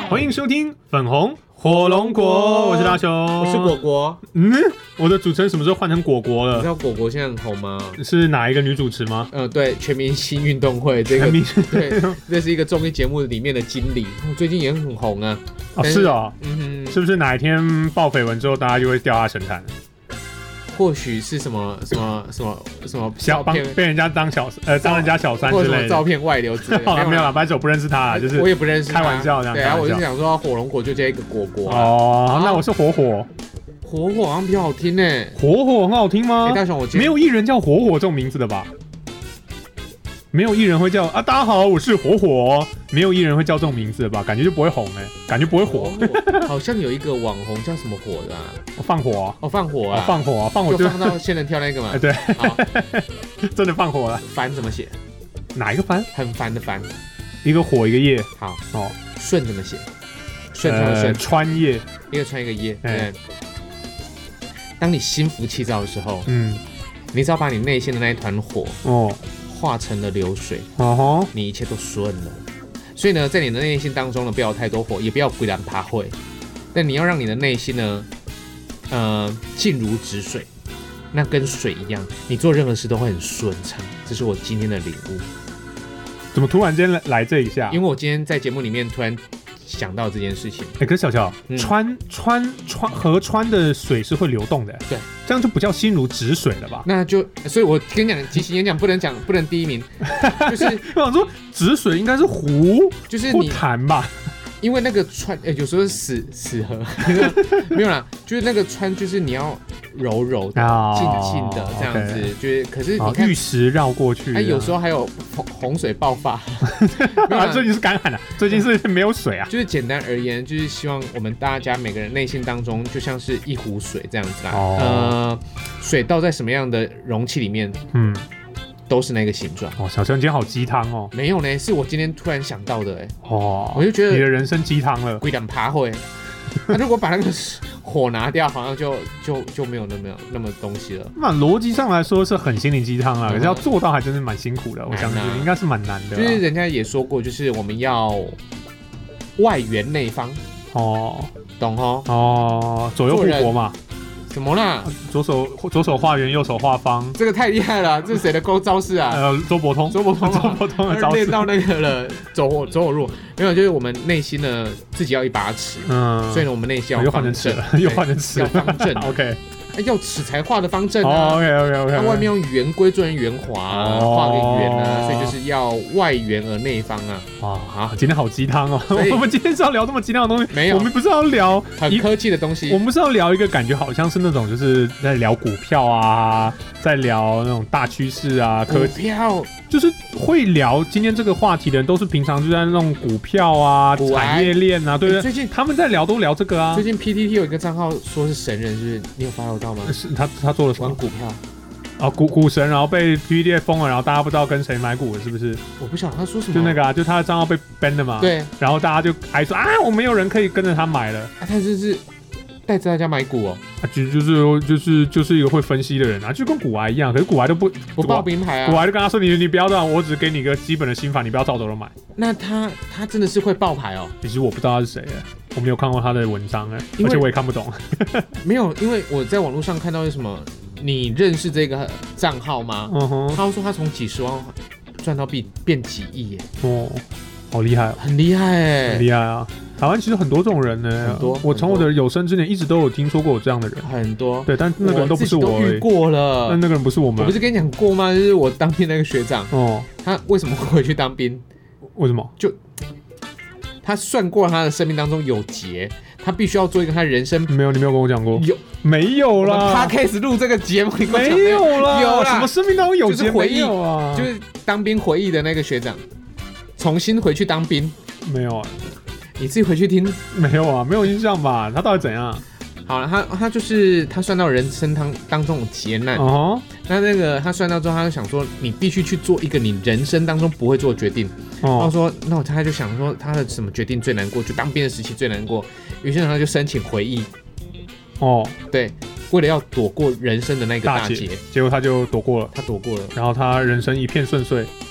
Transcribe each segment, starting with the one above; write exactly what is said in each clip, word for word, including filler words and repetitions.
欢迎收听粉红火龙果，我是大雄， 我是果果。 嗯，我的主持人什么时候换成果果了？ 你知道果果现在很红吗？ 是哪一个女主持吗？ 呃，对，全明星运动会这个，对，这是一个综艺节目里面的经理，最近也很红啊。 哦，是哦， 嗯哼， 是不是哪一天爆绯闻之后，大家就会掉下神坛？ 或许是什么什么什么什么小帮被人家当小呃当人家小三之类的， 或者什么照片外流之类的。 好了，没有了，反正我不认识他啦，就是我也不认识他， 开玩笑这样。 对啊，我就想说火龙果就接一个果果。 哦，那我是火火。 火火好像比较好听呢。 火火很好听吗？ 欸、大雄，我没有艺人叫火火这种名字的吧？没有艺人会叫啊，大家好，我是火火。没有艺人会叫这种名字的吧？感觉就不会红哎、欸，感觉不会火。 好像有一个网红叫什么火的、啊？ 哦、放火、啊、 哦，放火啊！ 哦、放火啊！放火就就放到仙人跳那个嘛。 对，真的放火了。 烦怎么写？ 哪一个烦？ 很烦的烦。 一个火一个叶。 好哦， 顺怎么写？顺畅的顺。 呃、川叶， 一个川一个叶。对。当你心浮气躁的时候，嗯，你只要把你内心的那一团火，哦。化成了流水，哦、你一切都顺了。所以呢，在你的内心当中呢，不要有太多火，也不要鬼然爬会，但你要让你的内心呢，呃，静如止水，那跟水一样，你做任何事都会很顺畅。这是我今天的领悟。 怎么突然间 来, 来这一下？ 因为我今天在节目里面突然想到这件事情。 哎、欸，可是小乔，嗯、川川川河川的水是会流动的， 对， 这样就不叫心如止水了吧？ 那就，所以我跟你讲，即席演讲不能讲，不能第一名，就是我想说止水应该是湖， 就是你潭吧。 因为那个川，欸、有时候是死死河，没有啦，就是那个川，就是你要柔柔的、静静的这样子， okay. 就是可是你看玉石绕过去， 哎、啊，有时候还有洪水爆发。 啊，最近是干旱了，最近是没有水啊。 就是简单而言，就是希望我们大家每个人内心当中，就像是一壶水这样子啦。哦、呃，水倒在什么样的容器里面，嗯。都是那个形状哦， 小陈今天好鸡汤哦。 没有呢，是我今天突然想到的哎。 哦， 我就觉得你的人生鸡汤了。 鬼胆爬会，那如果把那个火拿掉，好像就就就没有那么那么东西了。 那逻辑上来说是很心灵鸡汤啦，可是要做到还真是蛮辛苦的。我相信应该是蛮难的。 就是人家也说过，就是我们要外圆内方。哦，懂哦。 哦，左右互搏嘛。 怎么啦？ 左手左手画圆，右手画方， 这个太厉害了！这是谁的勾招式啊？ 呃，周伯通， 周伯通， 周伯通的招式。 练到那个了，走火走火入。没有，就是我们内心呢自己要一把尺，嗯，所以呢，我们内心要又换成尺了，又换成尺， 要方正。 OK， 要尺才画的方正啊。 哦 OK OK OK， 它外面用圆规做成圆滑，画个圆啊，所以就是要外圆而内方啊。 哇，好，今天好鸡汤哦！我们今天是要聊这么鸡汤的东西？ 没有， 我们不是要聊很科技的东西。 我们不是要聊一个感觉好像是那种就是在聊股票啊，在聊那种大趋势啊， 股票就是会聊今天这个话题的人，都是平常就在那种股票啊、产业链啊，对不对？最近他们在聊都聊这个啊。 最近 P T T 有一个账号说是神人，是你有 follow 到吗？ 是他他做了什么？ 玩股票。 哦，股股神，然后被 P D T 封了，然后大家不知道跟谁买股了，是不是？ 我不晓得他说什么。 就那个啊，就他的账号被 ban 了嘛。 对。 然后大家就还说啊，我没有人可以跟着他买了。 啊，他就是带着大家买股哦。 啊，就就是就是就是一个会分析的人啊，就跟股癌一样，可是股癌都不不报名牌啊。 股癌就跟他说你你不要这样，我只给你个基本的心法，你不要照着我买。 那他他真的是会爆牌哦？ 其实我不知道他是谁哎，我没有看过他的文章哎，而且我也看不懂。 没有，因为我在网络上看到是什么。你认识这个账号吗？嗯哼，他说他从几十万赚到变变几亿耶！ 哦，好厉害， 很厉害哎， 很厉害啊！台湾其实很多这种人呢， 很多。 我从我的有生之年一直都有听说过有这样的人， 很多。 对，但那个人都不是我， 我遇过了。 那那个人不是我们。 我不是跟你讲过吗？就是我当兵那个学长，哦，他为什么会回去当兵？ 为什么？ 就他算过他的生命当中有劫。他必须要做一个他人生没有，你没有跟我讲过， 有没有啦？ 他开始录这个节目，你跟我讲没有啦， 有啦， 什么生命当中有劫回忆啊？ 就是当兵回忆的那个学长，重新回去当兵， 没有啊？ 你自己回去听， 没有啊？没有印象吧？他到底怎样？ 好了，他他就是他算到人生当当中的劫难，哦，那那个他算到之后，他就想说，你必须去做一个你人生当中不会做的决定。哦，然后说，那他就想说，他的什么决定最难过？就当兵的时期最难过。于是他就申请回忆。哦，对，为了要躲过人生的那个大劫， 结果他就躲过了， 他躲过了， 然后他人生一片顺遂。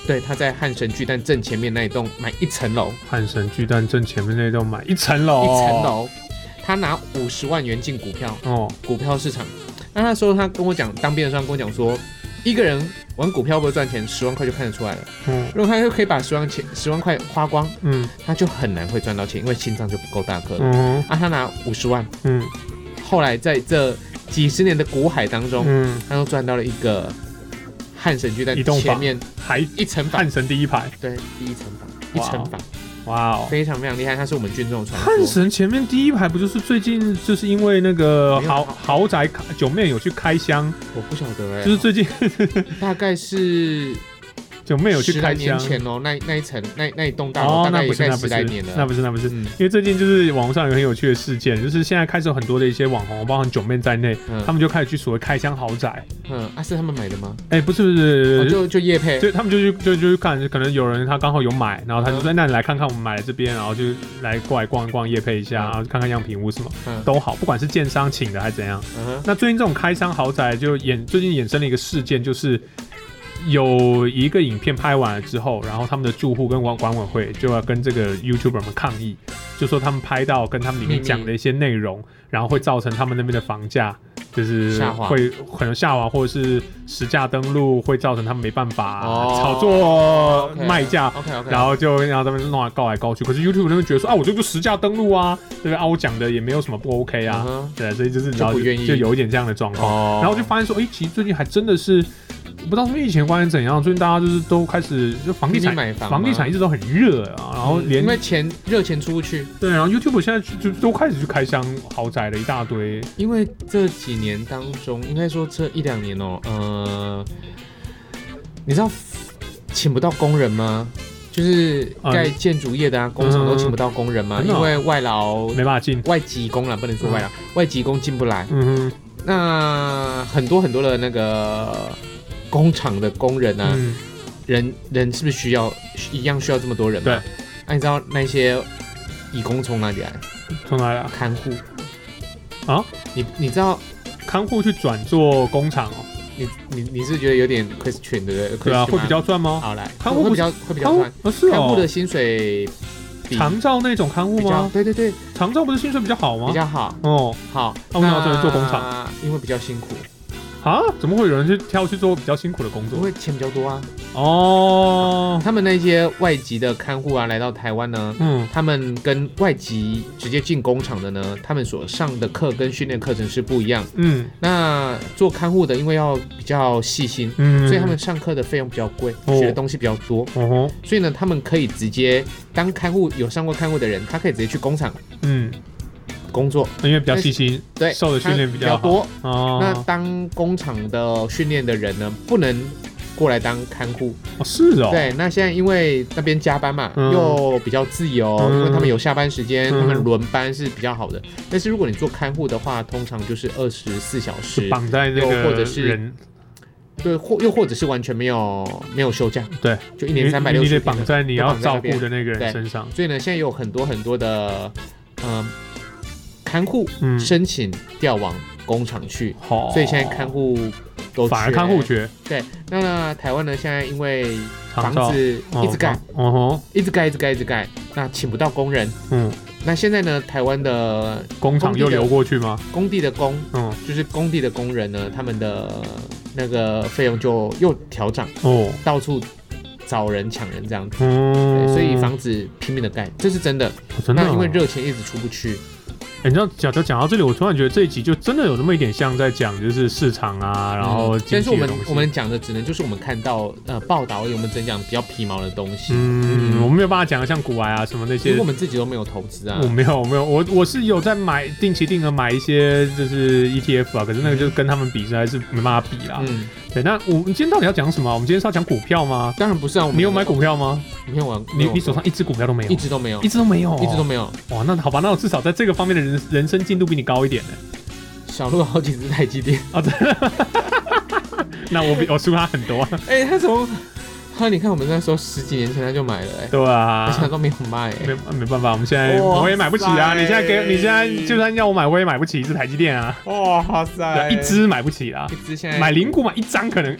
对，他在汉神巨蛋正前面那一栋买一层楼。 汉神巨蛋正前面那一栋买一层楼， 一层楼，他拿五十万元进股票，哦，股票市场。那那时候他跟我讲，当兵的时候跟我讲说，一个人玩股票会不会赚钱，十万块就看得出来了。嗯，如果他就可以把十万钱十万块花光，嗯，他就很难会赚到钱，因为心脏就不够大颗了。嗯，啊，他拿五十万，嗯，后来在这几十年的股海当中，嗯，他都赚到了一个汉神巨蛋前面还一层房， 汉神第一排， 对，第一层房，一层房。 哇哦， 非常非常厉害，他是我们军中的传说。 汉神前面第一排不就是最近就是因为那个豪豪宅九妹有去开箱， 我不晓得哎、欸， 就是最近大概是九妹有去开箱， 十来年前哦，那那一层那那一栋大楼大概也在十来年了， 那不是那不是，嗯、因为最近就是网络上有很有趣的事件，就是现在开始有很多的一些网红，包含九妹在内，嗯、他们就开始去所谓开箱豪宅。 嗯，啊是他们买的吗？ 哎、欸，不是不是， 哦、就就业配， 就他们就去就就去看，可能有人他刚好有买，然后他就说、嗯、那你来看看我们买了这边，然后就来过来逛一逛，业配一下，嗯、然后看看样品屋什么、嗯、都好，不管是建商请的还是怎样。嗯、那最近这种开箱豪宅就衍最近衍生了一个事件，就是有一个影片拍完了之后，然后他们的住户跟管管委会就要跟这个 YouTuber 们抗议，就说他们拍到跟他们里面讲的一些内容，然后会造成他们那边的房价就是会可能下滑，或者是实价登录会造成他们没办法炒作卖价，然后就让他们弄来告来告去。可是 YouTube 那边觉得说啊，我这个实价登录啊，对不对啊？我讲的也没有什么不 OK 啊，嗯、对，所以就是然后 就, 就有一点这样的状况。哦、然后就发现说，哎、欸，其实最近还真的是。不知道是疫情关系怎样，最近大家就是都开始就房地产， 房, 房地产一直都很热啊，然后连、 嗯、因为钱热钱出不去， 对，然后 YouTube 现在就都开始去开箱豪宅了一大堆。 因为这几年当中，应该说这一两年哦，呃，你知道请不到工人吗？就是盖建筑业的啊，工厂都请不到工人嘛，嗯、因为外劳没办法进， 外籍工啦，不能说外劳，嗯、外籍工进不来。嗯哼，那很多很多的那个。工厂的工人啊，嗯、人人是不是需要一样需要这么多人嘛？ 对， 那、啊、你知道那些移工从哪里来？ 从哪里来？ 看护啊？ 你你知道看护去转做工厂哦？ 你你你是觉得有点 question 对不对？ 对啊，会比较赚吗？ 好来， 看护会比较会比较赚， 哦是哦， 看护的薪水长照那种看护吗？ 对对对， 长照不是薪水比较好吗？ 比较好哦， 好。 那为什么要这边做工厂？ 因为比较辛苦。 啊？怎么会有人去挑去做比较辛苦的工作？ 因为钱比较多啊。 哦， 他们那些外籍的看护啊，来到台湾呢，嗯，他们跟外籍直接进工厂的呢，他们所上的课跟训练课程是不一样。嗯，那做看护的，因为要比较细心，嗯，所以他们上课的费用比较贵，哦、学的东西比较多。哦，所以呢，他们可以直接当看护，有上过看护的人，他可以直接去工厂。嗯。工作， 因为比较细心， 对， 受的训练比较多。哦，那当工厂的训练的人呢，不能过来当看护。 哦，是哦。 对，那现在因为那边加班嘛，嗯、又比较自由，嗯、因为他们有下班时间，嗯、他们轮班是比较好的。但是如果你做看护的话，通常就是二十四小时绑在那个人， 或者是对，或又或者是完全没有没有休假。 对， 就一年三百六十天， 你得绑在你要照顾的那个人身上。 所以呢，现在有很多很多的，嗯、呃。看护申请调往工厂去，嗯、所以现在看护都缺， 反而看护缺。 对，那呢台湾呢现在因为房子一直盖，哦、一直盖，一直盖，一直盖，那请不到工人。嗯，那现在呢台湾的工厂又流过去吗？ 工地的工，嗯，就是工地的工人呢，他们的那个费用就又调涨，哦，到处找人抢人这样子，嗯，所以房子拼命的盖，这是真的。 哦、真的、哦， 那因为热钱一直出不去。 哎、欸，你知道讲讲到这里，我突然觉得这一集就真的有那么一点像在讲就是市场啊，然后经济的东西。 但是我们我们讲的只能就是我们看到呃报道，我们只能讲比较皮毛的东西。 嗯，嗯我们没有办法讲的像股癌啊什么那些。 因为我们自己都没有投资啊。 我没有，我没有，我我是有在买定期定额买一些就是 E T F 啊，可是那个就是跟他们比，实在是没办法比啦。嗯，对。那我们今天到底要讲什么？我们今天是要讲股票吗？ 当然不是啊。 你有买股票吗？ 没有啊。 你你手上一只股票都没有？ 一直都没有， 一直都没有、哦， 一直都没有。 哇，那好吧，那我至少在这个方面的人人生进度比你高一点呢。 小鹿好几只台积电啊，真的。那我比我输他很多。 哎、欸，他从他你看我们那时候十几年前他就买了、欸，哎， 对啊， 而且他都没有卖、欸， 没没办法，我们现在我也买不起啊。你现在给你现在就算要我买，我也买不起一只台积电啊。 哇塞， 一只买不起啦， 一只现在买零股买一张可能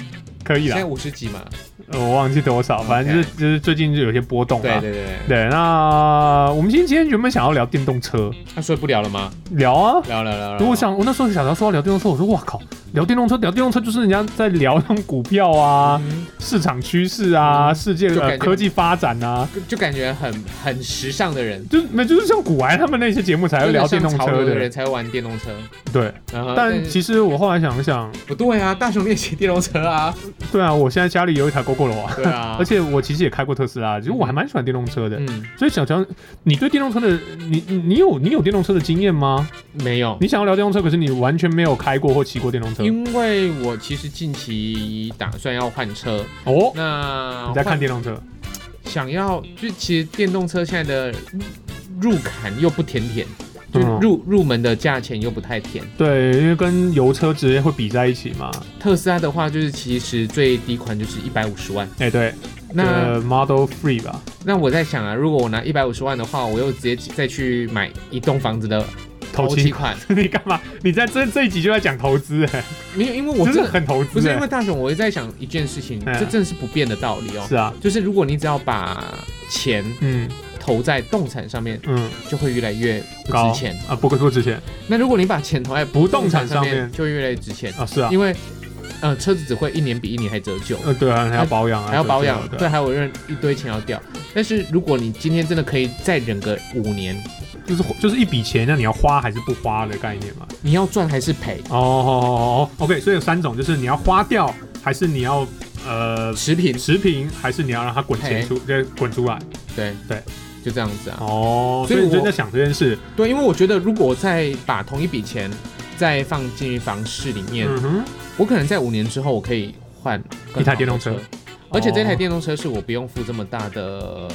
可以啦。 现在五十几嘛， 我忘记多少，反正就是、okay. 就是最近就有些波动啊。 对对对对。那我们今天今天原本想要聊电动车， 那、啊、所以不聊了吗？ 聊啊， 聊聊聊聊。 我想我那时候想要说要聊电动车，我说哇靠，聊电动车聊电动车就是人家在聊那种股票啊、嗯、市场趋势啊、嗯、世界的、呃、科技发展啊， 就感觉很很时尚的人， 就没就是像股癌他们那些节目才会聊电动车的， 的人才会玩电动车。 对，但其实我后来想想， 不对啊，大雄练习电动车啊。 对啊，我现在家里有一台 GoGo 啊。 对啊， 而且我其实也开过特斯拉，其实我还蛮喜欢电动车的。嗯，所以小强，你对电动车的你你有你有电动车的经验吗？ 没有。 你想要聊电动车，可是你完全没有开过或骑过电动车。 因为我其实近期打算要换车哦。 那你在看电动车？ 想要就其实电动车现在的入坎又不甜甜。就入、嗯、入门的价钱又不太甜， 对，因为跟油车直接会比在一起嘛。 特斯拉的话，就是其实最低款就是一百五十万， 哎、欸，对，那 Model Three 吧。 那我在想啊，如果我拿一百五十万的话，我又直接再去买一栋房子的头期款， 你干嘛？你在这这一集就在讲投资哎、欸？ 没有，因为我真的很投资、欸， 不是因为大雄，我在想一件事情，这真的是不变的道理哦。 是啊， 就是如果你只要把钱，嗯。投在动产上面，嗯，就会越来越不值钱啊，不不值钱。 那如果你把钱投在不动产上面， 就会越来越值钱啊，是啊， 因为呃车子只会一年比一年还折旧， 呃对啊，还要保养啊， 还要保养，对，还有人一堆钱要掉。但是如果你今天真的可以再忍个五年， 就是就是一笔钱，那你要花还是不花的概念嘛？ 你要赚还是赔？ 哦哦哦 ，OK， 所以有三种，就是你要花掉，还是你要呃持平， 持平，还是你要让它滚钱出，对，滚出来？ 对对。 就这样子啊， 哦，所以你就在想这件事。 对，因为我觉得如果我再把同一笔钱再放进房市里面，嗯、我可能在五年之后我可以换一台电动车， 而且这台电动车是我不用付这么大的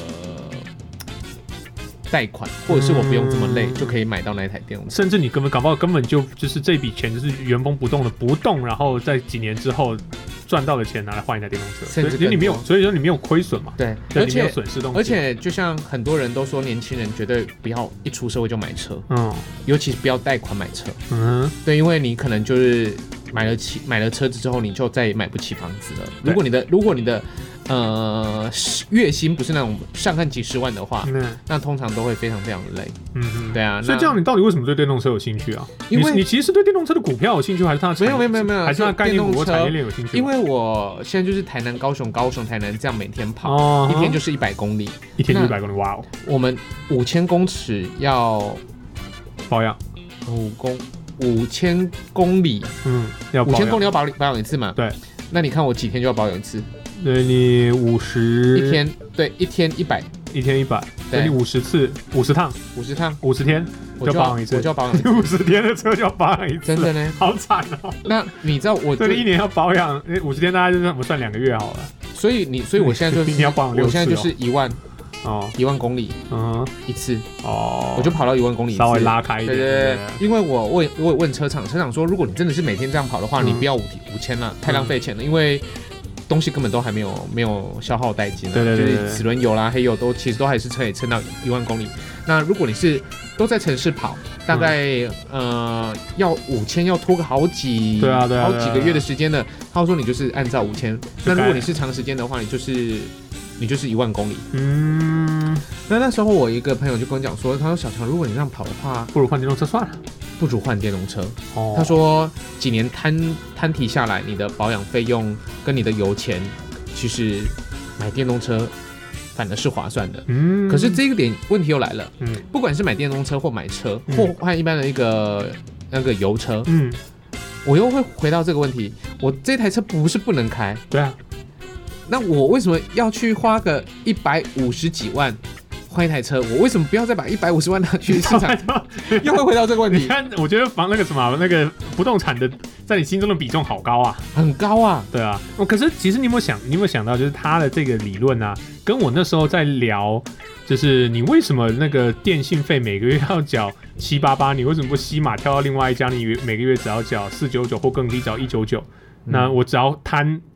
贷款，或者是我不用这么累、嗯、就可以买到那一台电动车， 甚至你根本搞不好根本就就是这笔钱就是原封不动的不动，然后在几年之后。赚到的钱拿来换一台电动车， 甚至你没有，所以说你没有亏损嘛？ 对， 而且没有损失东西。 而且就像很多人都说，年轻人绝对不要一出社会就买车，嗯，尤其是不要贷款买车，嗯，对，因为你可能就是买了起买了车子之后，你就再也买不起房子了。如果你的如果你的呃月薪不是那种上看几十万的话，嗯、那通常都会非常非常累。嗯，对啊。 所以这样，你到底为什么对电动车有兴趣啊？因为 你, 你其实是对电动车的股票有兴趣，还是它的没有没有没有没有， 还是它的概念股或产业链有兴趣？ 因为我现在就是台南、高雄、高雄、台南这样每天跑，哦、一天就是一百公里， 一天就一百公里，哇哦！ 我们五千公尺要保养， 五公五千公里，嗯，要五千公里要保保养一次嘛？ 对。 那你看我几天就要保养一次？ 对你五十一天，对，一天一百， 一天一百，所以你五十次，五十趟， 五十趟， 五十天就保养一次， 我就要保养一次， 五十天的车就要保养一次， 真的呢， 好惨哦。 那你知道我所以一年要保养，五十天大概就是我们算两个月好了。 所以你，所以我现在就是你要保养六次， 我现在就是一万。 哦， 一万公里，嗯，一次， 哦， 我就跑到一万公里， 稍微拉开一点， 对对对，因为我问，我有问车厂，车厂说，如果你真的是每天这样跑的话，嗯、你不要五五千了，太浪费钱了，嗯、因为东西根本都还没有没有消耗殆尽了， 对对对对， 就是齿轮油啦、黑油都其实都还是可以撑到一万公里。那如果你是都在城市跑，大概、嗯、呃要五千，要拖个好几对啊对啊好几个月的时间的，他说你就是按照五千，那如果你是长时间的话，你就是。你就是一万公里，嗯，那那时候我一个朋友就跟我讲说，他说小强，如果你这样跑的话， 不如换电动车算了， 不如换电动车。哦，他说几年摊摊提下来，你的保养费用跟你的油钱，其实买电动车反而是划算的。嗯，可是这个点问题又来了，嗯，不管是买电动车或买车，嗯、或换一般的一个那个油车，嗯，我又会回到这个问题，我这台车不是不能开， 对啊。 那我为什么要去花个一百五十几万换一台车？我为什么不要再把一百五十万拿去市场？又会回到这个问题。 你看，我觉得房那个什么那个不动产的，在你心中的比重好高啊， 很高啊。 对啊，哦，可是其实你有没有想，你有没有想到，就是他的这个理论啊，跟我那时候在聊，就是你为什么那个电信费每个月要缴七八八，你为什么不西马跳到另外一家，你每个月只要缴四九九或更低，只要一九九？那我只要摊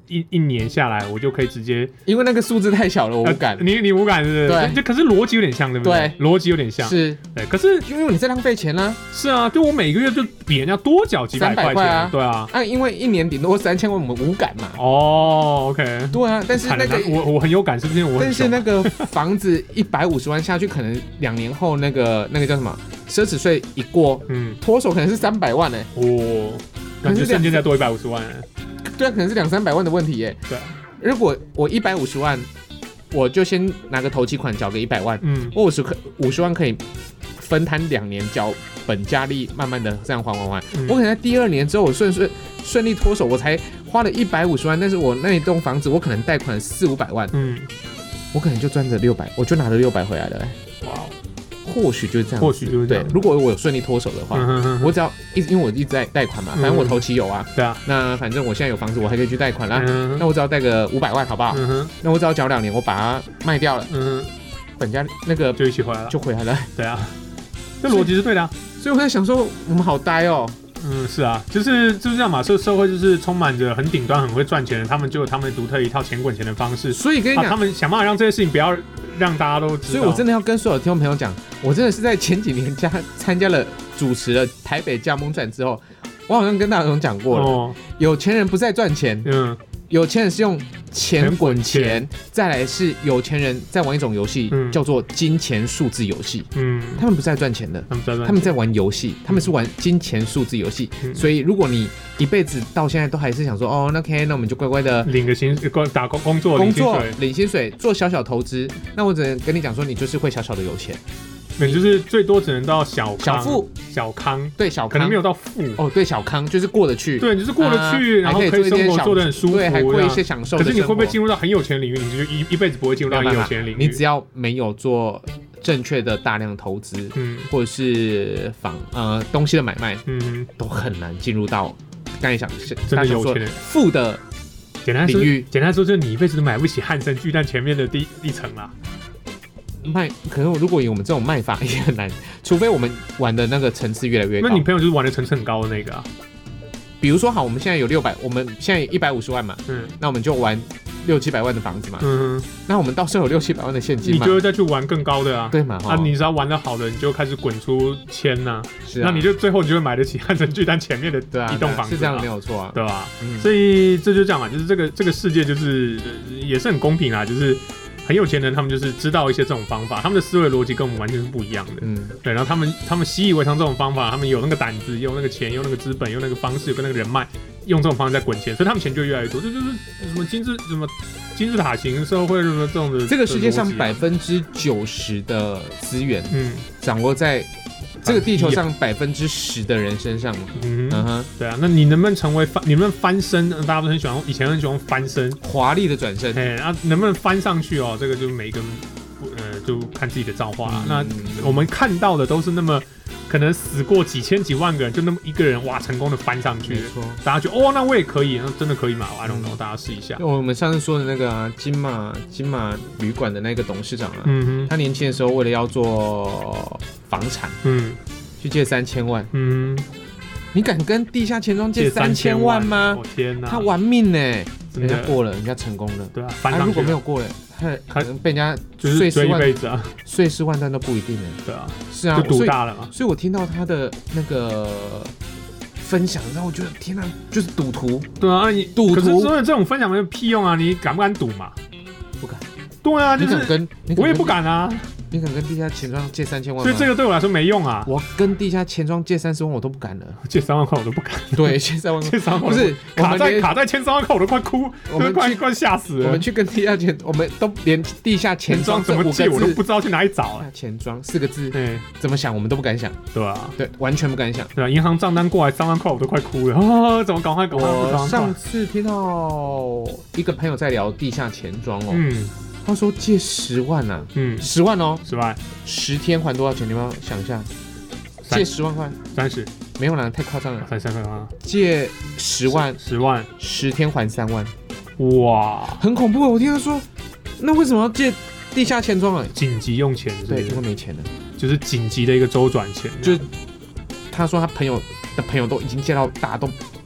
一一年下来，我就可以直接， 因为那个数字太小了，我无感。 呃、你你无感是不是？ 对， 就可是逻辑有点像，对不对？对，逻辑有点像。 是， 对。可是因为你在浪费钱啦、啊。 是啊，就我每个月就比人家多缴几百块钱啊。对啊。 啊，因为一年顶多三千万，我们无感嘛。 哦 ，OK。 对啊，但是那个我我很有感，是不是？我但是那个房子一百五十万下去，可能两年后那个那个叫什么奢侈税一过，嗯，脱手可能是三百万呢、欸。哦， 感觉瞬间再多一百五十万、欸。 对啊，可能是两三百万的问题耶、欸。 对， 如果我一百五十万，我就先拿个头期款缴个一百万，嗯，我五十五十万可以分摊两年缴本加利，慢慢的这样还还还。嗯、我可能在第二年之后，我顺顺顺利脱手，我才花了一百五十万，但是我那一栋房子我可能贷款四五百万，嗯，我可能就赚着六百，我就拿了六百回来了、欸。哇。或许就是这样， 或许就是这样。 对，如果我有顺利脱手的话，嗯、哼哼我只要一因为我一直在贷款嘛，反正我头期有啊， 对啊、嗯。 那反正我现在有房子，我还可以去贷款啦。嗯、那我只要贷个五百万，好不好？嗯、那我只要缴两年，我把它卖掉了，嗯、本家那个就一起回来了， 就回来了。 对啊，这逻辑是对的、啊。 所以我在想说，我们好呆哦。 嗯，是啊，就是就是这样嘛。社社会就是充满着很顶端、很会赚钱的，他们就有他们独特一套钱滚钱的方式。 所以跟你讲、啊， 他们想办法让这些事情不要让大家都知道。 所以我真的要跟所有的听众朋友讲，我真的是在前几年加参加了主持了台北加盟展之后，我好像跟大家讲过了，哦、有钱人不再赚钱，嗯。有钱人是用钱滚钱，再来是有钱人在玩一种游戏，嗯、叫做金钱数字游戏。嗯，他们不是在赚钱的，他们在, 他们在玩游戏，他们是玩金钱数字游戏。嗯、所以如果你一辈子到现在都还是想说，哦，那 OK， 那我们就乖乖的领个薪，打工工作， 工作领薪水，做小小投资，那我只能跟你讲说，你就是会小小的有钱。 对，就是最多只能到小康小富小康， 对小康可能没有到富哦，对小康就是过得去， 对，就是过得去，啊、然后可以生活做得很舒服， 对，还过一些享受的生活。 可是你会不会进入到很有钱的领域？你就一一辈子不会进入到很有钱的领域。 你只要没有做正确的大量投资，嗯，或者是房呃东西的买卖，嗯，都很难进入到刚才讲真的有钱人富的领域。 简单说，就是你一辈子都买不起汉神巨蛋前面的第一层啦。 卖，可能如果以我们这种卖法也很难，除非我们玩的那个层次越来越高。 那你朋友就是玩的层次很高的那个啊？ 比如说，好，我们现在有六百，我们现在一百五十万嘛，嗯，那我们就玩六七百万的房子嘛，嗯，那我们到时候有六七百万的现金嘛， 你就会再去玩更高的啊， 对嘛？ 啊，你只要玩得好的，你就开始滚出千呐、啊， 是啊， 那你就最后你就会买得起汉神巨蛋前面的一栋房子、啊， 是这样没有错啊， 对吧、啊？嗯、所以这就这样嘛，就是这个这个世界就是也是很公平啊，就是。很有钱的人，他们就是知道一些这种方法，他们的思维逻辑跟我们完全是不一样的。嗯，对，然后他们他们习以为常这种方法，他们有那个胆子，有那个钱，有那个资本，有那个方式，有跟那个人脉，用这种方式在滚钱，所以他们钱就越来越多。这就是什么金字什么金字塔型社会什么这种的。 这个世界上百分之九十的资源，嗯，掌握在这个地球上百分之十的人身上嘛。嗯哼，对啊，那你能不能成为翻？你能不能翻身？大家都很喜欢，以前很喜欢翻身， 华丽的转身。 哎，啊，能不能翻上去哦？这个就每一个人，呃，就看自己的造化了。嗯、那我们看到的都是那么可能死过几千几万个人，就那么一个人哇，成功的翻上去。没错，大家觉得哦，那我也可以，那真的可以吗 ？I don't know，、嗯、大家试一下。 我们上次说的那个、啊、金马金马旅馆的那个董事长啊，嗯哼，他年轻的时候为了要做房产，嗯。去借三千万，嗯，你敢跟地下钱庄借三千万吗？ 我、哦、天哪， 他玩命呢、欸，人家过了，人家成功了， 对啊， 他、啊、如果没有过了，他可能被人家碎尸万段啊，碎尸万段都不一定呢。 对啊， 是啊， 就赌大了嘛。 所以我听到他的那个分享，然后我觉得天哪，就是赌徒。 对啊，你赌徒，可是说的这种分享没有屁用啊！你敢不敢赌嘛？ 不敢。 对啊，就是你敢跟，你敢跟我也不敢啊。 你敢跟地下钱庄借三千万吗？ 所以这个对我来说没用啊！ 我跟地下钱庄借三十万我都不敢了， 借三万块我都不敢。 对，借三万块， 借三万块不是卡在卡在欠三万块我都快哭， 我们快快吓死了。 我们去跟地下钱，我们都连地下钱庄怎么借我都不知道去哪里找啊！ 钱庄四个字，对，怎么想我们都不敢想， 对啊， 对，完全不敢想。 对啊，银行账单过来三万块我都快哭了啊！怎么赶快赶快！ 我上次听到一个朋友在聊地下钱庄哦，嗯。他说借十万啊，嗯，十万哦， 十万， 十天还多少钱？你们要想一下，借十万块， 三十， 没有啦，太夸张了， 三十啊， 借十万， 十万， 十天还三万， 哇， 很恐怖啊！我听他说，那为什么要借地下钱庄啊？ 紧急用钱是不是？ 对，因为没钱了， 就是紧急的一个周转钱， 就是他说他朋友的朋友都已经借到大家都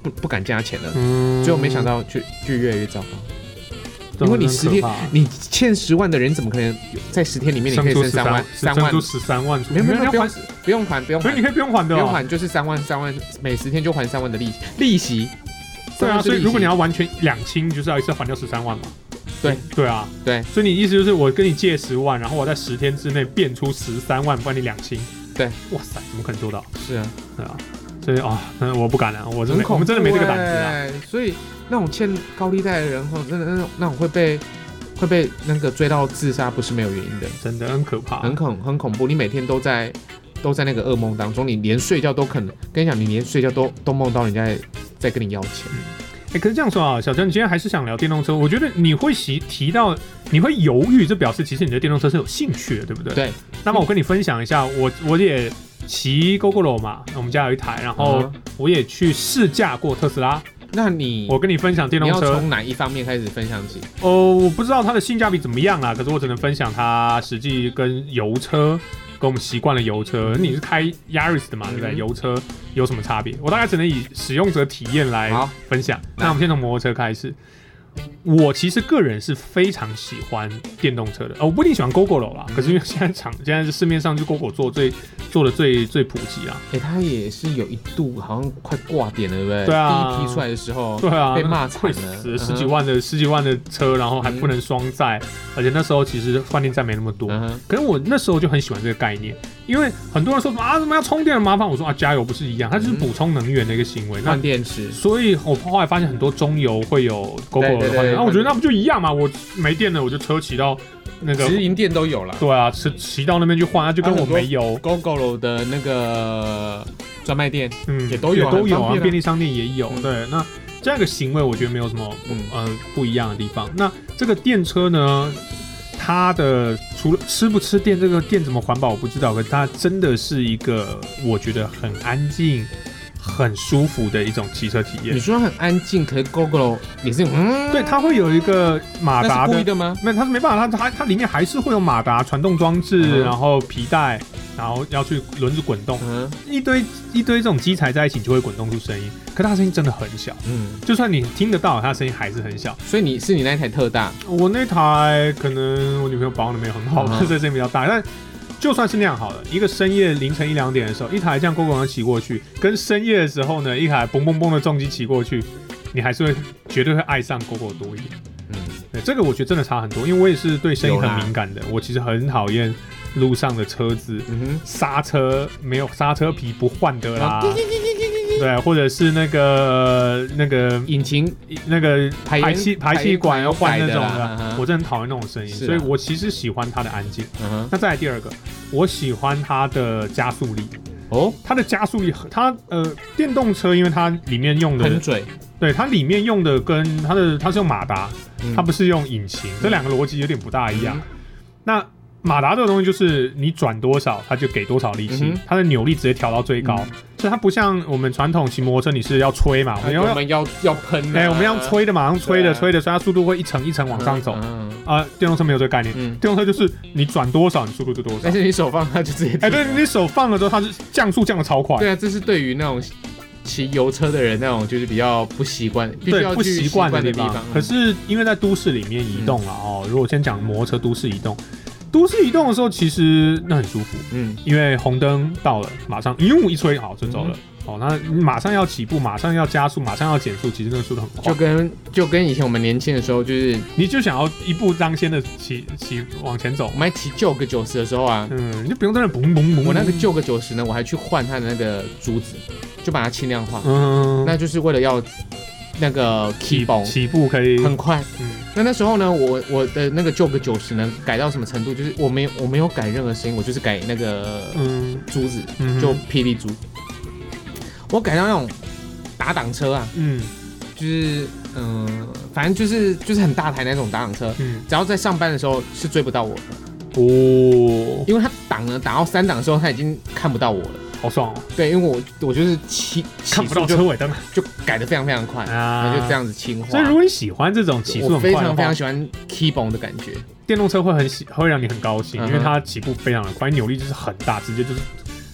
不不敢加钱了，嗯，最后没想到就就越来越糟糕。因为你十天，你欠十万的人，怎么可能在十天里面你可以剩三万？ 三万十三万出， 没有没有不用不用还不用还， 你可以不用还的， 不用还就是三万三万，每十天就还三万的利息利息。 对啊，所以如果你要完全两清，就是要一次还掉十三万嘛。 对对啊， 对， 所以你意思就是我跟你借十万，然后我在十天之内变出十三万，帮你两清。 对， 哇塞，怎么可能做到？ 是啊， 对啊，所以啊，哦，我不敢啊，我真的，我们真的没这个胆子啊。 所以那种欠高利贷的人，哈，真的那种那种会被会被那个追到自杀，不是没有原因的， 真的很可怕， 很恐很恐怖。你每天都在都在那个噩梦当中，你连睡觉都可能，跟你讲，你连睡觉都都梦到人家在在跟你要钱。 哎、欸，可是这样说啊，小江，你今天还是想聊电动车？我觉得你会提提到，你会犹豫，这表示其实你对电动车是有兴趣的，对不对？ 对。 那么我跟你分享一下，我我也骑 Gogoro 嘛，我们家有一台，然后我也去试驾过特斯拉。 那你， 我跟你分享电动车， 你要从哪一方面开始分享起？ 哦，我不知道它的性价比怎么样啦，可是我只能分享它实际跟油车。跟我们习惯了油车，你是开 Yaris 的嘛，对不对？嗯、油车有什么差别？我大概只能以使用者体验来分享。那我们先从摩托车开始。我其实个人是非常喜欢电动车的，呃，我不一定喜欢 Gogoro 啦，嗯、可是因为现在厂现在是市面上就 Gogoro 做最做的最最普及啦。 哎、欸，它也是有一度好像快挂点了，对不对？ 对啊， 第一批出来的时候， 对啊， 被骂惨了， 死十几万的、嗯、十几万的车，然后还不能双载，嗯、而且那时候其实换电站没那么多。嗯、可是我那时候就很喜欢这个概念，因为很多人说什么啊，怎么要充电很麻烦？我说啊，加油不是一样，它就是补充能源的一个行为。 换电池。 所以我后来发现很多中油会有 Gogoro 的换电，那、啊、我觉得那不就一样嘛？我没电了，我就车骑到那个直营店都有了。对啊，骑骑到那边去换，那就跟我没油。 Gogoro 的那个专卖店， 嗯， 也都有、啊， 也都有啊，便利商店也有。嗯、对，那这样一个行为，我觉得没有什么、嗯、呃不一样的地方。那这个电车呢？它的除了吃不吃电，这个电怎么环保我不知道，可是它真的是一个我觉得很安静、很舒服的一种骑车体验。 你说很安静，可是 Gogoro 也是嗯， 对，它会有一个马达的， 那是故意的吗？ 没有，它是没办法，它它它里面还是会有马达、传动装置，嗯、然后皮带，然后要去轮子滚动，嗯、一堆一堆这种机材在一起就会滚动出声音。可它声音真的很小，嗯，就算你听得到，它的声音还是很小。 所以你是你那台特大， 我那台可能我女朋友保养的没有很好，所以声音比较大。但就算是那样好了，一个深夜凌晨一两点的时候，一台这样Gogoro车骑过去，跟深夜的时候呢，一台嘣嘣嘣的重机骑过去，你还是会绝对会爱上Gogoro多一点。嗯，对，这个我觉得真的差很多，因为我也是对声音很敏感的，我其实很讨厌路上的车子刹、嗯、车没有刹车皮不换的啦。啊对，或者是那个那个引擎那个排气排气管要换那种的，的我真的很讨厌那种声音，啊、所以我其实喜欢它的安静。嗯、那再来第二个，我喜欢它的加速力。哦，它的加速力，它呃电动车，因为它里面用的喷嘴， 对，它里面用的跟它的它是用马达，嗯、它不是用引擎，这两个逻辑有点不大一样。嗯、那马达这个东西就是你转多少，它就给多少力气，嗯、它的扭力直接调到最高，嗯、所以它不像我们传统骑摩托车，你是要吹嘛，我们要我们要要喷， 哎、欸，我们要吹的，马上吹的，吹的，所以它速度会一层一层往上走。嗯啊、呃，电动车没有这个概念，嗯、电动车就是你转多少，你速度就多少。 但是你手放它就直接， 哎、欸，对，你手放了之后，它是降速降的超快。 对啊，这是对于那种骑油车的人那种就是比较不习惯， 对，不习惯的地方。嗯、可是因为在都市里面移动了哦，如果先讲摩托车都市移动。都市移动的时候，其实那很舒服，嗯，因为红灯到了，马上哟一吹，好就走了，嗯、哦，那你马上要起步，马上要加速，马上要减速，其实那个速度很快， 就跟就跟以前我们年轻的时候，就是你就想要一步当先的骑骑往前走。 我们骑旧个九十的时候啊， 嗯，你就不用在那嘣嘣嘣。 我那个旧个九十呢，我还去换它的那个珠子，就把它轻量化，嗯，那就是为了要。那个起步起步可以很快，嗯，那那时候呢，我我的那个旧个九十呢，改到什么程度？就是我没我没有改任何声音，我就是改那个嗯珠子，嗯、就霹雳珠，我改到那种打挡车啊，嗯，就是嗯、呃，反正就是就是很大台那种打挡车，嗯，只要在上班的时候是追不到我的哦，因为他挡呢打到三档的时候，他已经看不到我了。 好爽哦！ 对，因为我我就是骑看不到车尾灯， 就改得非常非常快，啊，然后就这样子轻化。 所以如果你喜欢这种起速很快的话， 我非常非常喜欢 keyboard 的感觉。 电动车会很喜，会让你很高兴，嗯、因为它起步非常的快，扭力就是很大，直接就是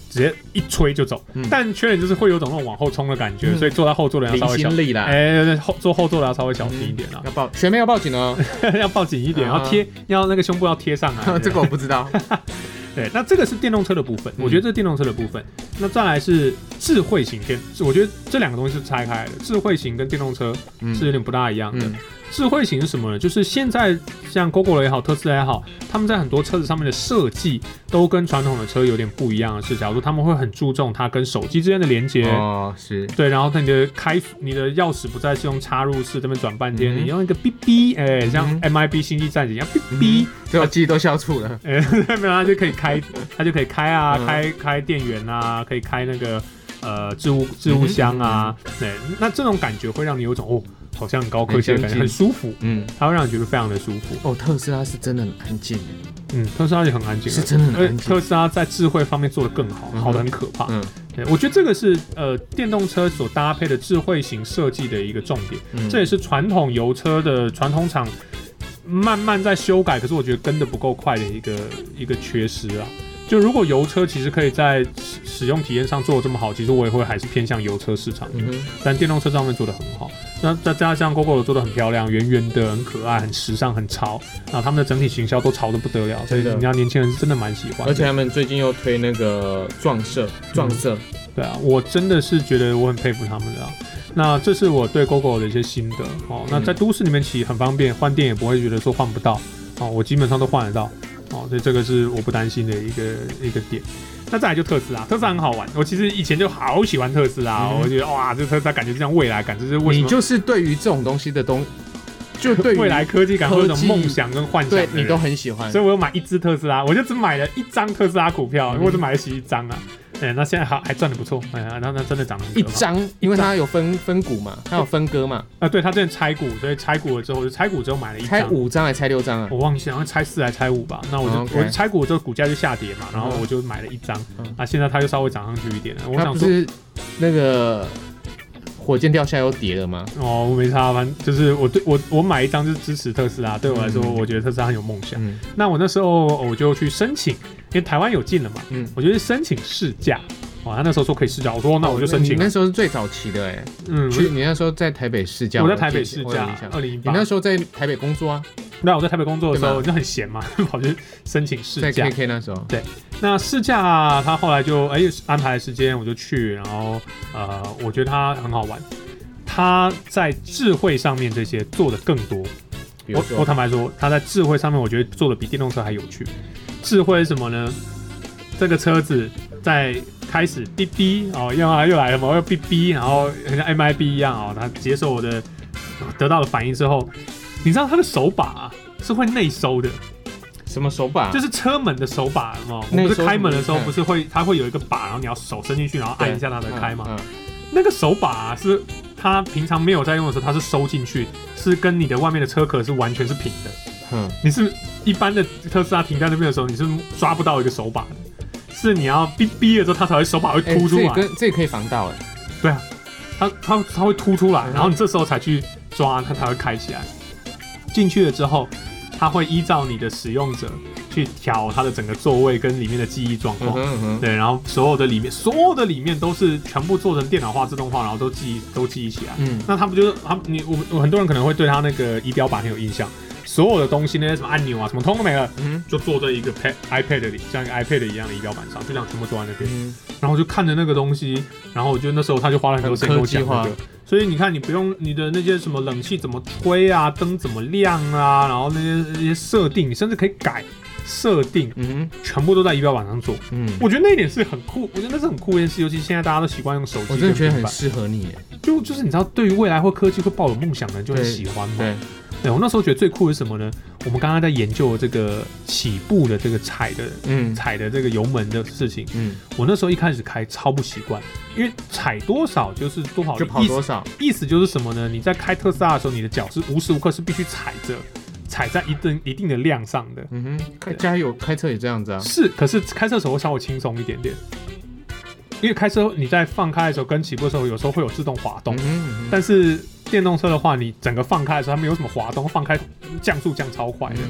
直接一吹就走，嗯、但缺点就是会有种那种往后冲的感觉，嗯、所以坐在后座的人要稍微小心。哎、欸，后坐后座的要稍微小心一点啦。 嗯、要报学妹要报警哦， 要报警一点，要贴，要那个胸部要贴上来。 这个我不知道。 对，那这个是电动车的部分，我觉得这是电动车的部分。嗯、那再来是智慧型电，我觉得这两个东西是拆开来的，智慧型跟电动车是有点不大一样的。嗯嗯智慧型是什么呢？就是现在像 Gogoro 也好，特斯拉也好，他们在很多车子上面的设计都跟传统的车有点不一样的是，假如说他们会很注重它跟手机之间的连接， 哦，是对，然后你的开你的钥匙不再是用插入式这边转半天，嗯、你用一个哔哔，哎、欸，像 M I B 星际战警一样哔哔， 最后机都笑出了， 哎、欸，没有，它就可以开，它就可以开啊，嗯、开开电源啊，可以开那个呃置物置物箱啊，对、嗯，那这种感觉会让你有一种哦。好像很高科技的感觉，很舒服，嗯，它会让你觉得非常的舒服。 哦，特斯拉是真的很安静， 嗯，特斯拉也很安静， 是真的很安静。 特斯拉在智慧方面做得更好，嗯、好的很可怕。嗯，对，我觉得这个是呃电动车所搭配的智慧型设计的一个重点，嗯、这也是传统油车的传统厂慢慢在修改，可是我觉得跟得不够快的一个一个缺失啊。就如果油车其实可以在使用体验上做得这么好，其实我也会还是偏向油车市场，嗯、但电动车上面做得很好。那再加上 Gogoro 做得很漂亮，圆圆的，很可爱，很时尚，很潮，然后他们的整体行销都潮得不得了，所以人家年轻人是真的蛮喜欢的。 而且他们最近又推那个撞色，撞色、嗯， 对啊，我真的是觉得我很佩服他们的、啊。那这是我对 Gogoro 的一些心得哦。那在都市里面骑很方便，换电也不会觉得说换不到哦，我基本上都换得到。哦，所以这个是我不担心的一个一个点。那再来就特斯拉，特斯拉很好玩。我其实以前就好喜欢特斯拉，嗯、我觉得哇，这特斯拉感觉就像未来感，这是为什么？ 你就是对于这种东西的东，就对于未来科技感或者梦想跟幻想， 对你都很喜欢。 所以我有买一支特斯拉，我就只买了一张特斯拉股票，因为我只买得起一张啊。哎、欸，那现在还还赚得不错，哎、欸、呀，那那真的涨得一张，因为它有分分股嘛，它有分割嘛。 啊，对，它之前拆股，所以拆股了之后，就拆股之后买了一张， 拆五张还是拆六张啊？ 我忘记了，好像拆四还拆五吧。那我就、哦 okay、我就拆股之后股价就下跌嘛，然后我就买了一张。嗯、啊，现在它就稍微涨上去一点了。我想说， 它不是那个火箭掉下又跌了吗？ 哦，我没差，反正就是我对我我买一张就是支持特斯拉，对我来说，嗯、我觉得特斯拉很有梦想。嗯、那我那时候我就去申请，因为台湾有进了嘛，嗯，我就去申请试驾。哇，他那时候说可以试驾，我说那我就申请、哦。 你那时候是最早期的哎、欸，嗯，去你那时候在台北试驾， 我在台北试驾，二零一八。 你那时候在台北工作啊？ 那我在台北工作的时候就很闲嘛，跑去申请试驾。 在 K K 那时候， 对，那试驾、啊、他后来就哎、欸、安排时间，我就去，然后呃，我觉得他很好玩，他在智慧上面这些做的更多。我我坦白说，他在智慧上面，我觉得做的比电动车还有趣。智慧是什么呢？这个车子在开始哔哔哦，又来又来了嘛，又哔哔，然后像 M I B 一样哦，它接受我的得到的反应之后，你知道它的手把、啊、是会内收的。 什么手把？ 就是车门的手把嘛。我们不是开门的时候不是会，它会有一个把，然后你要手伸进去，然后按一下它才开嘛。嗯嗯、那个手把、啊、是它平常没有在用的时候，它是收进去，是跟你的外面的车壳是完全是平的。嗯，你是一般的特斯拉停在那边的时候，你是抓不到一个手把的。是你要哔哔了之后，它才会手把会凸出来。 欸、这, 这也可以防盗哎。 对啊，它它它会凸出来，然后你这时候才去抓，它才会开起来。进去了之后，它会依照你的使用者去调它的整个座位跟里面的记忆状况。嗯嗯对，然后所有的里面，所有的里面都是全部做成电脑化、自动化，然后都记都记忆起来。嗯，那他不就是他你我我很多人可能会对他那个仪表板很有印象。所有的东西那些什么按钮啊，什么通都没了，嗯，就坐在一个 iPad 里，像一个 iPad 一样的仪表板上，就这样全部坐在那边，嗯、然后就看着那个东西，然后我觉得那时候他就花了很多时间跟我讲那个，所以你看你不用你的那些什么冷气怎么吹啊，灯怎么亮啊，然后那些那些设定，你甚至可以改设定，嗯，全部都在仪表板上做，嗯，我觉得那一点是很酷，我觉得那是很酷的一件事，尤其现在大家都习惯用手机， 我真的觉得很适合你耶， 就就是你知道，对于未来或科技会抱有梦想的人就很喜欢嘛，对。对，我那时候觉得最酷的是什么呢？我们刚刚在研究这个起步的这个踩的，嗯，踩的这个油门的事情。嗯，我那时候一开始开超不习惯，因为踩多少就是多少， 就跑多少。 意思就是什么呢？你在开特斯拉的时候，你的脚是无时无刻是必须踩着，踩在一定一定的量上的。 嗯哼，开加油开车也这样子啊。 是，可是开车的时候会稍微轻松一点点。因为开车你在放开的时候跟起步的时候，有时候会有自动滑动，嗯嗯、但是电动车的话，你整个放开的时候，它没有什么滑动，放开降速降超快的，嗯、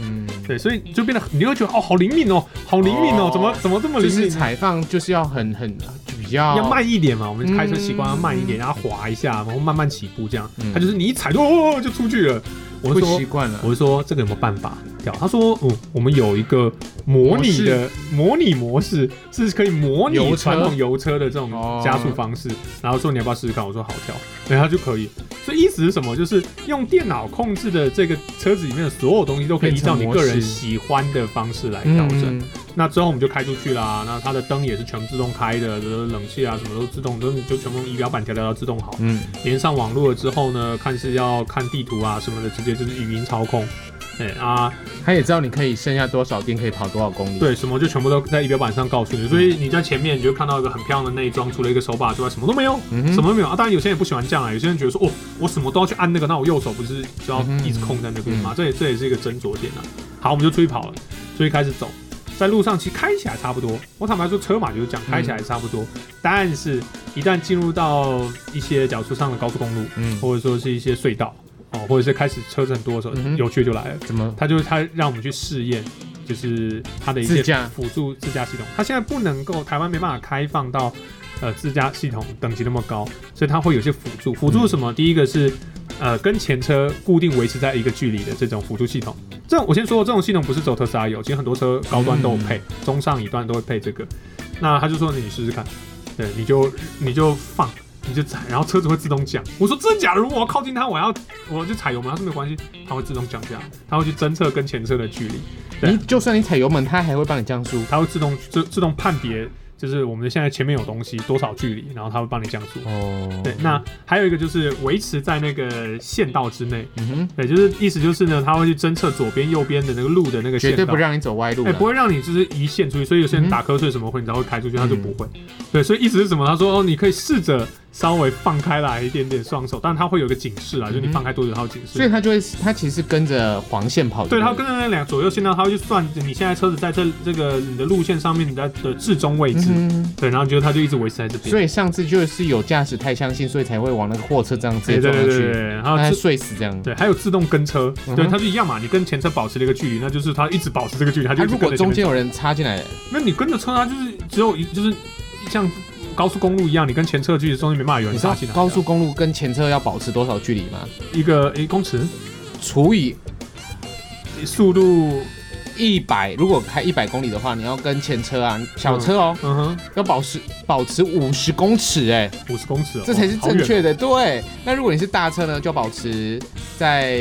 对，所以就变得你会觉得哦，好灵敏哦，好灵敏哦，哦怎么怎么这么灵敏？ 就是踩放就是要很很比较要慢一点嘛，我们开车习惯要慢一点，然后滑一下，然后慢慢起步这样。嗯、它就是你一踩就哦就出去了。我就说习惯了， 我就说这个有没有办法调？他说，嗯，我们有一个模拟的模拟模式，是可以模拟传统油车的这种加速方式。哦、然后说你要不要试试看？我说好调，然后就可以。所以意思是什么？就是用电脑控制的这个车子里面的所有东西都可以依照你个人喜欢的方式来调整。嗯、那之后我们就开出去啦，那它的灯也是全部自动开的，冷气啊什么都自动，都就全部用仪表板调调到自动好。嗯，连上网络了之后呢，看是要看地图啊什么的，直接就是语音操控。哎啊， 他也知道你可以剩下多少电，可以跑多少公里。 对，什么就全部都在仪表板上告诉你。所以你在前面你就看到一个很漂亮的内装，除了一个手把之外，什么都没有，嗯、什么都没有啊。当然有些人也不喜欢这样啊，有些人觉得说，哦，我什么都要去按那个，那我右手不是就要一直控在那边吗？嗯、这也这也是一个斟酌点啊。好，我们就出去跑了，出去开始走。在路上其实开起来差不多，我坦白说车嘛就是这样，开起来差不多。嗯、但是，一旦进入到一些角度上的高速公路，嗯，或者说是一些隧道，哦，或者是开始车子很多的时候，嗯、有趣就来了。 怎么？ 他就是他让我们去试验，就是他的一些辅助自驾系统。他现在不能够，台湾没办法开放到呃自驾系统等级那么高，所以它会有些辅助。辅助是什么？嗯、第一个是。呃，跟前车固定维持在一个距离的这种辅助系统，这种我先说，这种系统不是走特斯拉有，其实很多车高端都有配，嗯、中上乙端都会配这个。那他就说你试试看，对，你就你就放，你就踩，然后车子会自动降。我说真的假的？如果我要靠近它，我要我就踩油门，它是没有关系，它会自动降下来，它会去侦测跟前车的距离。 你就算你踩油门，它还会帮你降速， 它会自动自自动判别。就是我们现在前面有东西多少距离，然后它会帮你降速。哦，对，那还有一个就是维持在那个线道之内。嗯哼，对，就是意思就是呢，它会去侦测左边、右边的那个路的那个线道， 绝对不让你走歪路，哎、 欸，不会让你就是移线出去。所以有些人打瞌睡什么会，你才会开出去，他就不会。嗯、对，所以意思是什么？他说哦，你可以试着稍微放开来一点点双手，但它会有一个警示啊，嗯、就是你放开多久，它有警示。 所以它就会，它其实跟着黄线跑。 对，它跟着那两左右线道，它会去算你现在车子在这这个你的路线上面你的的至中位置。嗯、对，然后就它就一直维持在这边。 所以上次就是有驾驶太相信，所以才会往那个货车这样直接撞上去，对对对对，然后它睡死这样。 对，还有自动跟车，嗯、对，它就一样嘛，你跟前车保持了一个距离，那就是它一直保持这个距离，它就一直跟着前面走。 如果中间有人插进来， 那你跟着车，它就是只有就是像。高速公路一样，你跟前车的距离中间没办法有人插进来。 高速公路跟前车要保持多少距离吗？ 一个一公尺除以速度一百，如果开一百公里的话，你要跟前车啊，小车哦，嗯哼，要保持保持五十公尺，哎， 五十公尺、哦， 这才是正确的。对，那如果你是大车呢，就保持在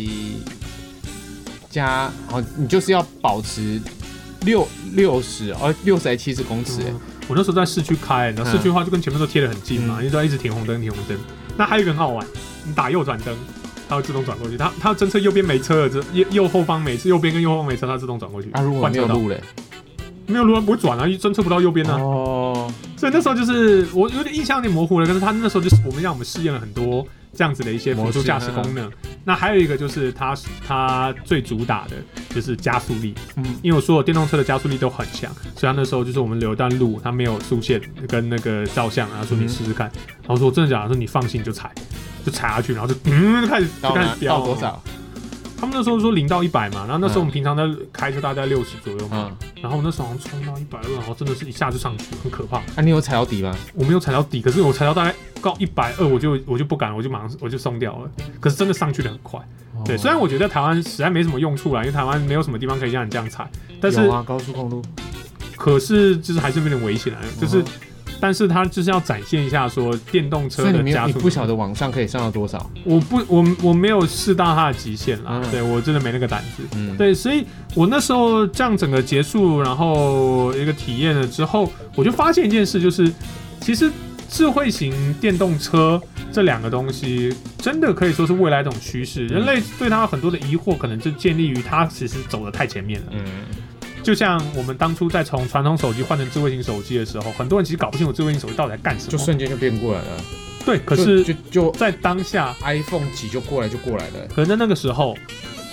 加，哦，你就是要保持六六十哦，六十还七十公尺，哎、嗯。 我那时候在市区开，然后市区的话就跟前面都贴得很近嘛，嗯、因为都要一直停红灯，停红灯。那还有一个很好玩，你打右转灯，它会自动转过去。它它侦测右边没车了，右右后方没车，右边跟右后方没车，它自动转过去。 啊，如果没有路嘞， 没有路不会转啊，侦测不到右边啊。哦，所以那时候就是我有点印象有点模糊了，可是他那时候就是我们让我们试验了很多这样子的一些辅助驾驶功能。那还有一个就是它它最主打的就是加速力，嗯，因为我所有电动车的加速力都很强，所以他那时候就是我们留一段路，它没有速限跟那个照相，然后说你试试看，嗯、然后说真的假的，说你放心你就踩，就踩下去，然后就嗯就开始就开始飙到多少？ 他们那时候说零到一百嘛，然后那时候我们平常在开车大概六十左右嘛，嗯、然后我那时候好像冲到一百二，然后真的是一下就上去，很可怕。 啊，你有踩到底吗？ 我没有踩到底，可是我踩到大概到一百二，我就我就不敢了，我就马上我就松掉了。可是真的上去的很快。哦、对，虽然我觉得在台湾实在没什么用处啦，因为台湾没有什么地方可以让你这样踩，但是有啊，高速公路。 可是就是还是有点危险啊，就是。嗯但是它就是要展现一下说电动车的加速， 你不晓得往上可以上到多少？ 我不，我我没有试到它的极限啦，嗯、对我真的没那个胆子。嗯，对，所以我那时候这样整个结束，然后一个体验了之后，我就发现一件事，就是其实智慧型电动车这两个东西真的可以说是未来的一种趋势。人类对它有很多的疑惑，可能就建立于它其实走得太前面了。嗯。就像我们当初在从传统手机换成智慧型手机的时候，很多人其实搞不清楚智慧型手机到底在干什么， 就瞬间就变过来了。对， 可是就就在当下 ，iPhone 几就过来就过来了。 可能在那个时候，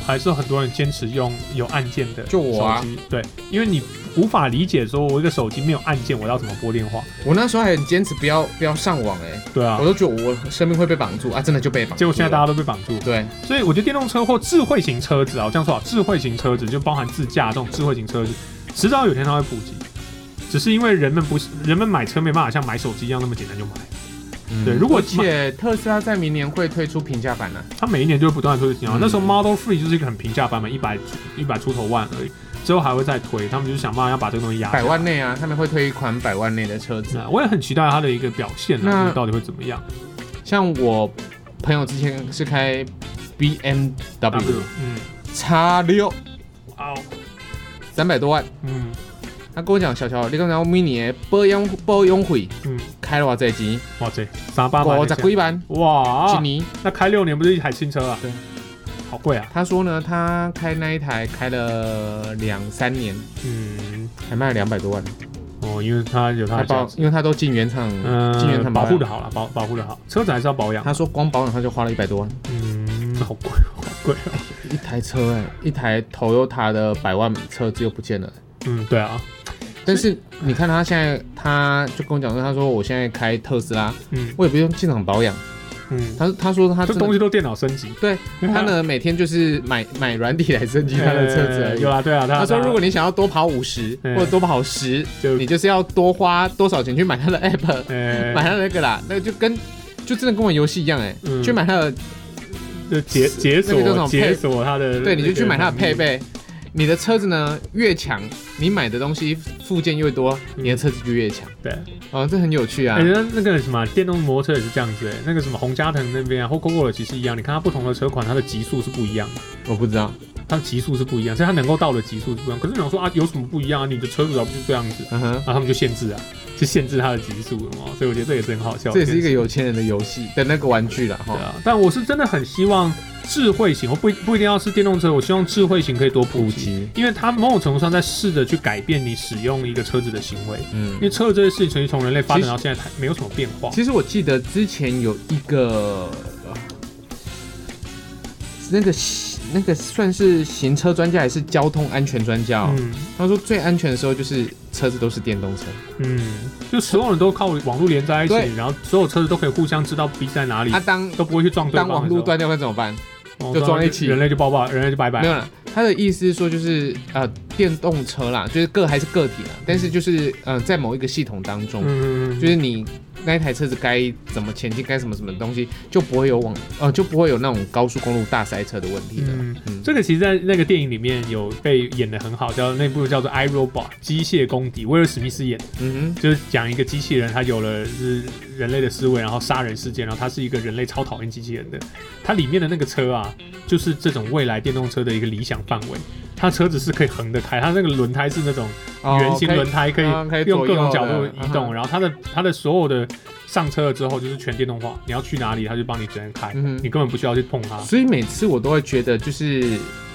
还是有很多人坚持用有按键的手机， 就我啊， 对，因为你无法理解说我一个手机没有按键，我要怎么拨电话。 我那时候还很坚持不要不要上网哎、欸， 对啊， 我都觉得我生命会被绑住啊，真的就被绑住。 结果现在大家都被绑住， 对， 所以我觉得电动车或智慧型车子啊，我这样说啊，智慧型车子就包含自驾这种智慧型车子，迟早有一天它会普及，只是因为人们不是人们买车没办法像买手机一样那么简单就买。嗯、对，如果而且特斯拉在明年会推出平价版呢、啊， 它每一年就会不断的推出平价版、嗯。那时候 Model Three 就是一个很平价版本，一百一百出头万而已。之后还会再推，他们就是想办法要把这个东西压。 百万内啊，他们会推一款百万内的车子、 啊。我也很期待它的一个表现啊，就是到底会怎么样。 像我朋友之前是开 B M W， 嗯 ，X 六， 哇，三百多万，嗯。他跟我讲，小乔，你刚才我每年保养保养费，嗯，开了多少钱？ 哇塞，三八万， 五十几万，哇，一年， 那开六年不是一台新车啊？对。好贵啊！ 他说呢，他开那一台开了两三年，嗯，还卖了两百多万。 哦，因为他有他的价值， 因为他都进原厂，嗯，进原厂保护的好了，保保护的好，车子还是要保养。 他说光保养他就花了一百多万， 嗯，好贵，好贵啊！ 一台车哎、欸，一台 Toyota 的百万车子又不见了、欸。 嗯，对啊。 但是你看他现在，他就跟我讲说，他说我现在开特斯拉，嗯，我也不用进厂保养。嗯，他他说他这东西都电脑升级， 对他呢每天就是买买软体来升级他的车子而已。 有啦，对啊， 他说如果你想要多跑五十或者多跑十，你就是要多花多少钱去买他的 app， 买他的那个啦，那个就跟就真的跟我游戏一样哎、欸嗯，去买他的就解解锁、那個、解锁他的， 对，你就去买他的配备。你的车子呢越强，你买的东西附件越多，你的车子就越强。 对， 哦，这很有趣啊。 哎、欸，那个什么电动摩托车也是这样子哎、欸，那个什么洪嘉腾那边啊，或 Gogoro 其实一样，你看它不同的车款，它的极速是不一样的。 我不知道， 它的极速是不一样，所以它能够到的极速是不一样。可是你想说啊，有什么不一样啊？你的车子不就这样子？嗯哼，然后他们就限制啊，就限制它的极速了嘛。所以我觉得这也是很好笑。 这也是一个有钱人的游戏的那个玩具啦。 对啊，但我是真的很希望。智慧型，我不不一定要是电动车，我希望智慧型可以多普及，因为它某种程度上在试着去改变你使用一个车子的行为。嗯，因为车子这件事情，其实从人类发展到现在，没有什么变化。 其实我记得之前有一个，那个那个算是行车专家还是交通安全专家、喔？嗯，他说最安全的时候就是车子都是电动车。嗯， 就所有人都靠网络连在一起，然后所有车子都可以互相知道彼此在哪里，啊、当都不会去撞对方。 当网络断掉会怎么办？就撞一起， 人类就爆爆，人类就拜拜。 没有了，他的意思是说，就是呃，电动车啦，就是个还是个体啦，但是就是呃，在某一个系统当中，嗯、就是你那一台车子该怎么前进，该什么什么东西，就不会有往呃，就不会有那种高速公路大塞车的问题的。嗯嗯、这个其实，在那个电影里面有被演得很好，叫那部叫做《I Robot》机械公敌，威尔史密斯演的，嗯哼，就是讲一个机器人，他有了是人类的思维，然后杀人事件，然后他是一个人类超讨厌机器人的，它里面的那个车啊。就是这种未来电动车的一个理想范围，它车子是可以横的开，它那个轮胎是那种圆形轮胎，可以用各种角度移动，然后它的它的所有的上车了之后就是全电动化，你要去哪里它就帮你直接开，嗯、你根本不需要去碰它。 所以每次我都会觉得，就是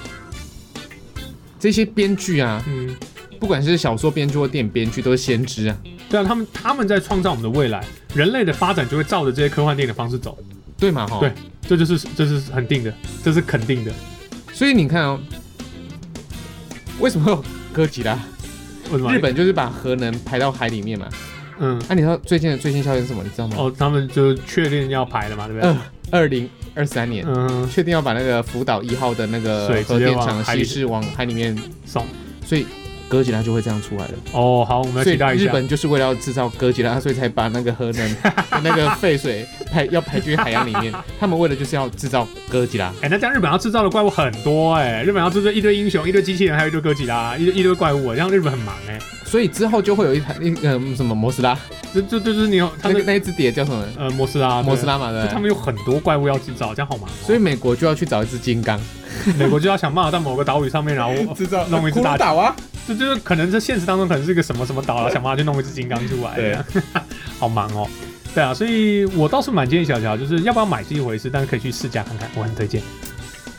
这些编剧啊，嗯，不管是小说编剧或电影编剧，都是先知啊。 对啊，他们他们在创造我们的未来，人类的发展就会照着这些科幻电影的方式走。 对嘛？哈， 对，这就是这是肯定的，这是肯定的。 所以你看哦，为什么有哥吉拉？为什么？日本就是把核能排到海里面嘛。嗯，那、啊、你知道最近的最新消息是什么？你知道吗？ 哦，他们就确定要排了嘛，对不对？ 二二零二三年，嗯，确定要把那个福岛一号的那个核电厂稀释往海里面送， 所以。哥吉拉就会这样出来了哦，好，我们要期待一下。 日本就是为了要制造哥吉拉，所以才把那个核能那个废水排要排进海洋里面。他们为了就是要制造哥吉拉。 哎、欸，那这样日本要制造的怪物很多哎、欸，日本要制造一堆英雄、一堆机器人，还有一堆哥吉拉，一堆一堆怪物，这样日本很忙哎、欸。 所以之后就会有一台一个什么摩斯拉， 就就就是你有他那个那一只碟叫什么？ 呃，摩斯拉， 摩斯拉嘛，对。 他们有很多怪物要制造，这样好忙、喔。 所以美国就要去找一只金刚， 美国就要想办法在某个岛屿上面，然后制造弄一只大岛啊。 这就是可能在现实当中可能是一个什么什么岛，然后想办法去弄一只金刚出来，对，好忙哦。对啊，所以我倒是蛮建议小乔，就是要不要买是一回事，但是可以去试驾看看，我很推荐。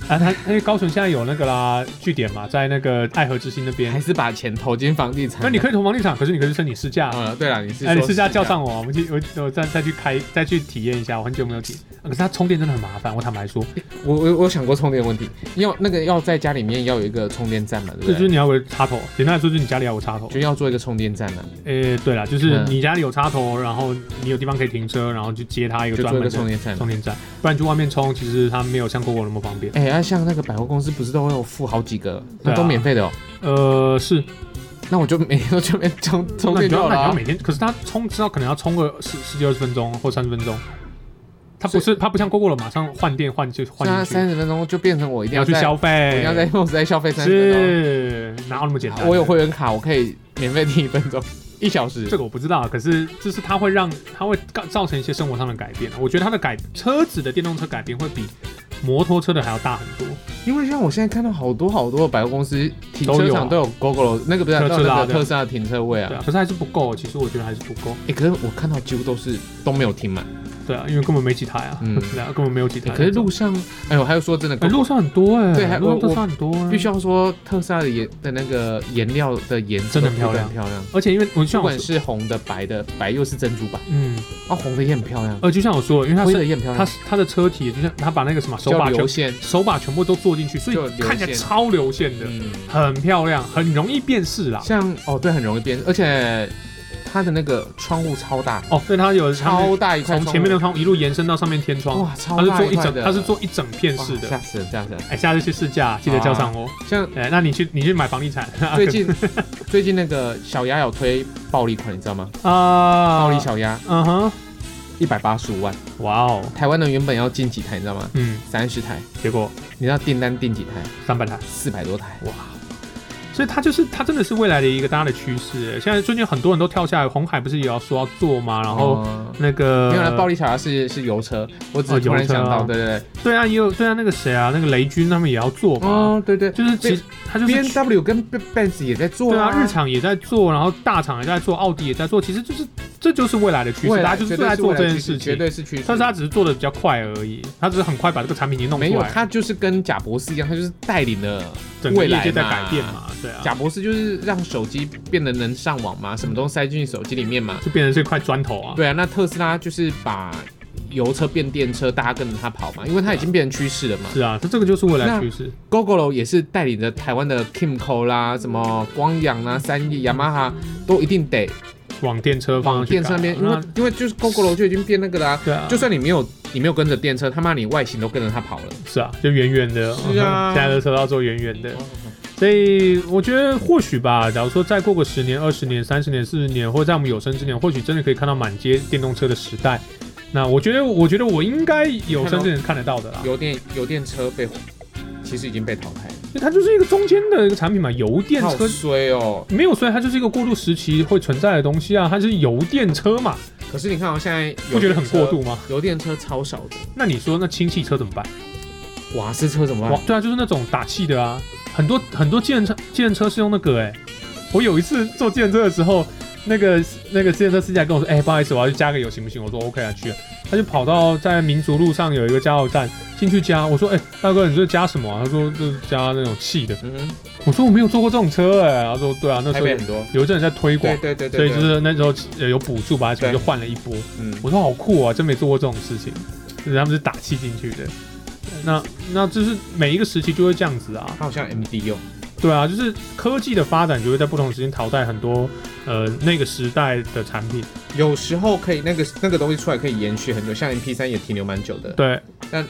啊，他因为高雄现在有那个啦据点嘛，在那个爱河之心那边， 还是把钱投进房地产？ 那你可以投房地产，可是你可以申请试驾。 呃，对了，你是哎，你试驾叫上我，我们去我我再再去开再去体验一下，我很久没有体、啊。可是它充电真的很麻烦，我坦白说， 我我我想过充电问题，要那个要在家里面要有一个充电站嘛，对不对？ 就是你要有个插头，简单来说就是你家里要有插头， 就要做一个充电站啊。 诶，对了，就是你家里有插头，然后你有地方可以停车，然后去接它一个专门的充电站， 充电站，不然去外面充，其实它没有像 Google 那么方便。 哎、欸，啊，像那个百货公司不是都会有付好几个，那都免费的哦。 呃，是。 那我就每天都这边充充电就好了、啊。 你要每天，可是它充知道可能要充个十十几二十分钟或三十分钟。它不是，它不像 Google 了，马上换电换就换进去。 三十分钟就变成我一定要去消费， 我一定要在 P O S 在消费三十分钟。 是，哪有那么简单？ 我有会员卡，我可以免费听一分钟。一小时， 这个我不知道，可是就是它会让它会造成一些生活上的改变。我觉得它的改车子的电动车改变会比摩托车的还要大很多。 因为像我现在看到好多好多的百货公司停车场都有 Gogoro 那个不是特斯拉特斯拉的停车位啊， 对啊，可是还是不够。其实我觉得还是不够。 哎、欸，可是我看到几乎都是都没有停满。 对啊，因为根本没几台啊，嗯，对啊，根本没有几台。 可是路上，哎呦，还有说真的， 欸、路上很多哎、欸， 对，还路上特斯拉很多、欸。 必须要说，特斯拉的颜的那个颜料的颜色真的很漂亮， 很漂亮。 而且因为我不管是红的、白的，白又是珍珠白， 嗯， 啊，红的也很漂亮。 呃，就像我说的，因为它灰的也很漂亮， 它它的车体就像它把那个什么手把流线， 手把全部都做进去，所以看起来超流线的，嗯、很漂亮，很容易辨识啦。 像哦，对，很容易辨识，而且。它的那个窗户超大哦，对，它有超大一块， 从前面的窗户一路延伸到上面天窗， 哇，超大一块的， 它是做一整片式的， 吓死了，吓死了！ 哎，下次去试驾，记得叫上我。 像哎，那你去你去买房地产， 最近最近那个小鸭有推暴力款，你知道吗？ 啊， 暴力小鸭， 嗯哼， 一百八十五万， 哇哦！ 台湾的原本要进几台，你知道吗？ 嗯， 三十台， 结果你知道订单订几台？ 三百台， 四百多台，哇！ 所以它就是它真的是未来的一个大家的趋势。现在最近很多人都跳下来，鸿海不是也要说要做吗？然后那个没有了，暴力小鸭是是油车，我只是突然想到，对对对， 对啊，也有对啊，那个谁啊，那个雷军他们也要做嘛， 哦，对对， 就是其实他就是 B M W 跟 Benz 也在做， 对啊，日产也在做，然后大厂也在做，奥迪也在做，其实就是这就是未来的趋势，大家就是在做这件事情， 绝对是趋势， 但是他只是做的比较快而已，他只是很快把这个产品已经弄出来， 没有，他就是跟贾博士一样，他就是带领了整个业界在改变嘛，对啊， 贾博士就是让手机变得能上网嘛，什么都塞进去手机里面嘛， 就变成是一块砖头啊。 对啊，那特斯拉就是把油车变电车，大家跟着它跑嘛，因为它已经变成趋势了嘛。 是啊，这这个就是未来趋势。 Gogoro 也是带领着台湾的 Kimco 啦，什么光阳啦、三叶、雅马哈都一定得往电车方向去改。 电车那边，因为因为就是 Gogoro 就已经变那个啦、啊。对啊，就算你没有你没有跟着电车，他妈你外形都跟着它跑了。 是啊，就圆圆的。 是啊， 现在的车要做圆圆的。所以我觉得或许吧，假如说再过个十年、二十年、三十年、四十年，或者在我们有生之年，或许真的可以看到满街电动车的时代。那我觉得，我觉得我应该有生之年看得到的啦。 油电油电车被其实已经被淘汰了， 因为它就是一个中间的一个产品嘛，油电车。 好衰哦， 没有衰，它就是一个过渡时期会存在的东西啊，它就是油电车嘛。 可是你看哦，现在不觉得很过度吗？ 油电车超少的。 那你说那氢气车怎么办？ 瓦斯车怎么办？ 对啊，就是那种打气的啊。很多很多计程车，计程车是用那个哎、欸，我有一次坐计程车的时候，那个那个计程车司机还跟我说，哎、欸，不好意思，我要去加个油行不行？我说 OK 啊，去啊。他就跑到在民族路上有一个加油站进去加，我说，哎、欸，大哥，你这加什么啊？他说就是加那种气的。嗯，我说我没有坐过这种车哎、欸，他说对啊，那时候有一阵人在推广， 对对对， 所以就是那时候有补助吧，所以就换了一波。嗯，我说好酷啊，真没做过这种事情，就是他们是打气进去的。那那就是每一个时期就会这样子啊， 它好像 M D 用， 对啊，就是科技的发展就会在不同时间淘汰很多呃那个时代的产品。 有时候可以那个那个东西出来可以延续很久，像 M P 三 也停留蛮久的。 对， 但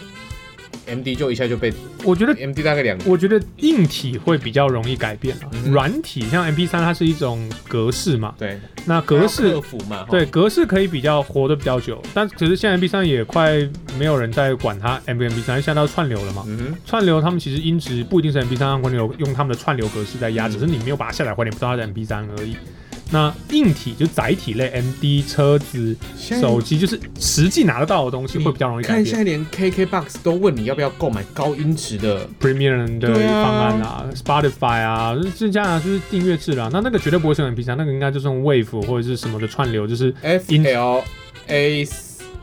M D 就一下就被， 我觉得 M D 大概两年， 我觉得硬体会比较容易改变啊，软、嗯、体像 M P 三 它是一种格式嘛， 对， 那格式克服嘛， 对，格式可以比较活得比较久，但可是现在 M P 三 也快没有人在管它 M P 三，现在都串流了嘛，嗯、串流他们其实音质不一定是 M P 三 串流，用他们的串流格式在压、嗯，只是你没有把它下载回来，你不知道它是 M P 三 而已。那硬体就载体类 ，M D 车子、手机，就是实际拿得到的东西会比较容易改变。 看现在连 K K B O X 都问你要不要购买高音质的 Premium 的方案啊 ，Spotify 啊，这家啊就是订阅制啦。那那个绝对不会是 M P 三，那个应该就是用 Wave 或者是什么的串流，就是 F L A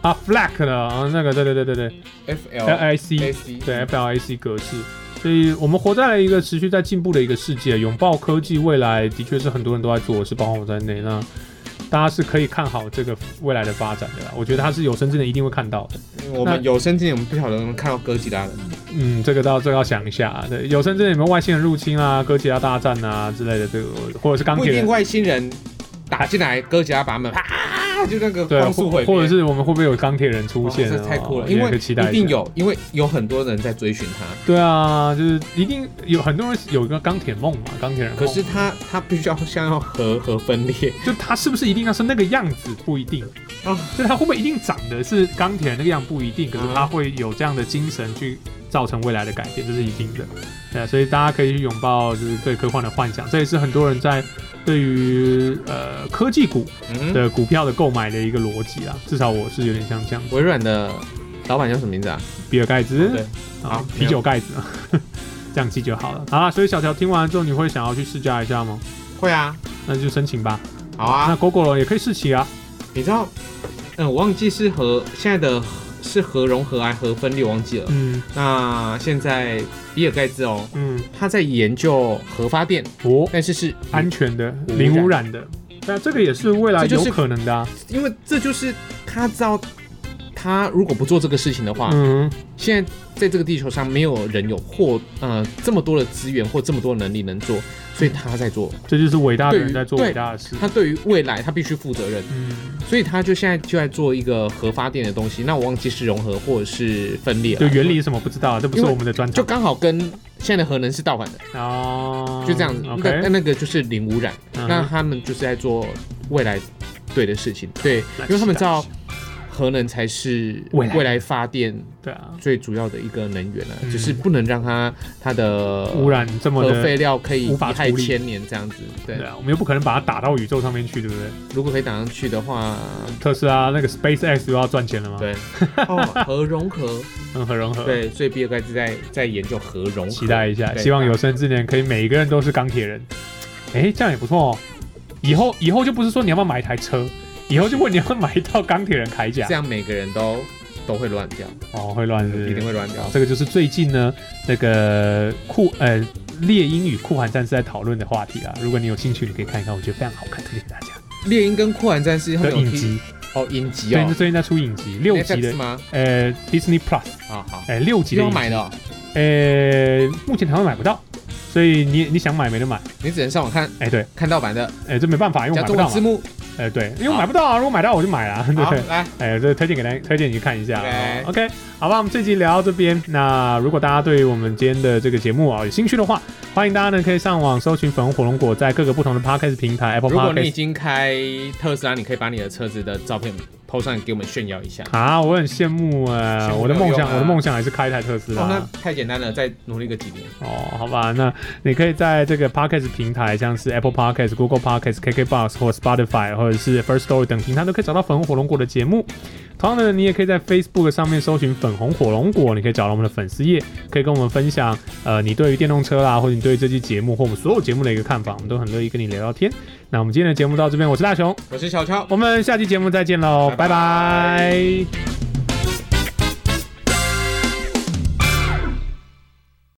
啊 F L A C 的啊，那个对对对对对 ，F L A C 对 F L A C 格式。所以我们活在了一个持续在进步的一个世界，拥抱科技未来的确是很多人都在做，是包括我在内。那大家是可以看好这个未来的发展的啦，我觉得它是有生之年一定会看到的。 我们有生之年我们不晓得能看到哥吉拉的。 嗯，这个倒这个要想一下、啊，对，有生之年有没有外星人入侵啊、哥吉拉大战啊之类的，这个或者是钢铁人， 不一定外星人打进来，哥吉拉把他们啪。就那个光速毁灭， 或者是我们会不会有钢铁人出现、 哦？这太酷了，因为一定有，因为有很多人在追寻他。 对啊，就是一定有很多人有一个钢铁梦嘛，钢铁人梦。 可是他他必须要像要核核分裂， 就他是不是一定要是那个样子不一定啊，就他会不会一定长得是钢铁人那个样不一定，可是他会有这样的精神去造成未来的改变，这是一定的。对啊，所以大家可以去拥抱就是对科幻的幻想，这也是很多人在。对于呃科技股的股票的购买的一个逻辑啊，至少我是有点像这样子。 微软的老板叫什么名字啊？ 比尔盖茨。 哦、对， 好，啤酒盖子，这样记就好了。好啦，所以小乔听完之后，你会想要去试驾一下吗？ 会啊， 那就申请吧。 好啊， 那 Google 也可以试骑啊。 你知道，嗯，我忘记是核现在的是核融合还核分裂，我忘记了。嗯，那现在比尔盖茨哦，嗯，他在研究核发电哦，但是是安全的、零污染的。那这个也是未来有可能的、啊， 因为这就是他知道，他如果不做这个事情的话，嗯，现在在这个地球上没有人有或呃这么多的资源或这么多的能力能做，所以他在做， 这就是伟大的人在做伟大的事。 他对于未来他必须负责任，嗯，所以他就现在就在做一个核发电的东西。那我忘记是融合或者是分裂了， 就原理是什么不知道，这不是我们的专长， 就刚好跟现在的核能是倒反的哦，就这样子。 Okay. 那那个就是零污染，嗯、那他们就是在做未来对的事情，对，因为他们知道。核能才是未来发电最主要的一个能源了、啊，只是不能让它它的污染这么的核废料可以遗害千年这样子。对, 对啊，我们又不可能把它打到宇宙上面去，对不对？ 如果可以打上去的话， 特斯拉那个 SpaceX 又要赚钱了吗？ 对，哦，核融合， 嗯，核融合， 对，所以比尔盖茨在在研究核融合， 期待一下，希望有生之年可以每一个人都是钢铁人。哎，这样也不错哦。以后以后就不是说你要不要买一台车。以后就问你要买一套钢铁人铠甲， 这样每个人都都会乱掉哦，会乱是不是， 一定会乱掉。 这个就是最近呢那个酷呃猎鹰与酷寒战士在讨论的话题啦。如果你有兴趣，你可以看一看，我觉得非常好看，推荐给大家。 猎鹰跟酷寒战士的影集哦，影集哦， 对，最近在出影集，六集的吗？ 呃 ，Disney Plus 啊，好， 哎、呃，六集的影集。 买的、哦， 呃，目前台湾买不到。所以你你想买没得买， 你只能上网看， 哎、欸、对， 看盗版的， 哎、欸、这没办法，因为我买不到嘛。 加中文字幕， 哎、欸、对，因为我买不到啊，如果买到我就买了，对， 来， 哎、欸、这推荐给大家，推荐你去看一下。 Okay. OK， 好吧，我们这集聊到这边。那如果大家对于我们今天的这个节目啊有兴趣的话，欢迎大家呢可以上网搜寻粉红火龙果，在各个不同的 Podcast 平台 ，Apple Podcast。 如果你已经开特斯拉，你可以把你的车子的照片po上给我们炫耀一下啊！我很羡慕啊，我的梦想，我的梦想还是开一台特斯拉。 哦，那太简单了，再努力个几年。 哦，好吧，那你可以在这个 Podcast 平台，像是 Apple Podcast、Google Podcast、K K Box 或 Spotify 或者是 First Story 等平台，都可以找到粉红火龙果的节目。同样的，你也可以在 Facebook 上面搜寻粉红火龙果，你可以找到我们的粉丝页，可以跟我们分享呃你对于电动车啦，或者你对于这期节目或我们所有节目的一个看法，我们都很乐意跟你聊聊天。那我们今天的节目到这边，我是大雄， 我是小乔， 我们下期节目再见喽，拜拜。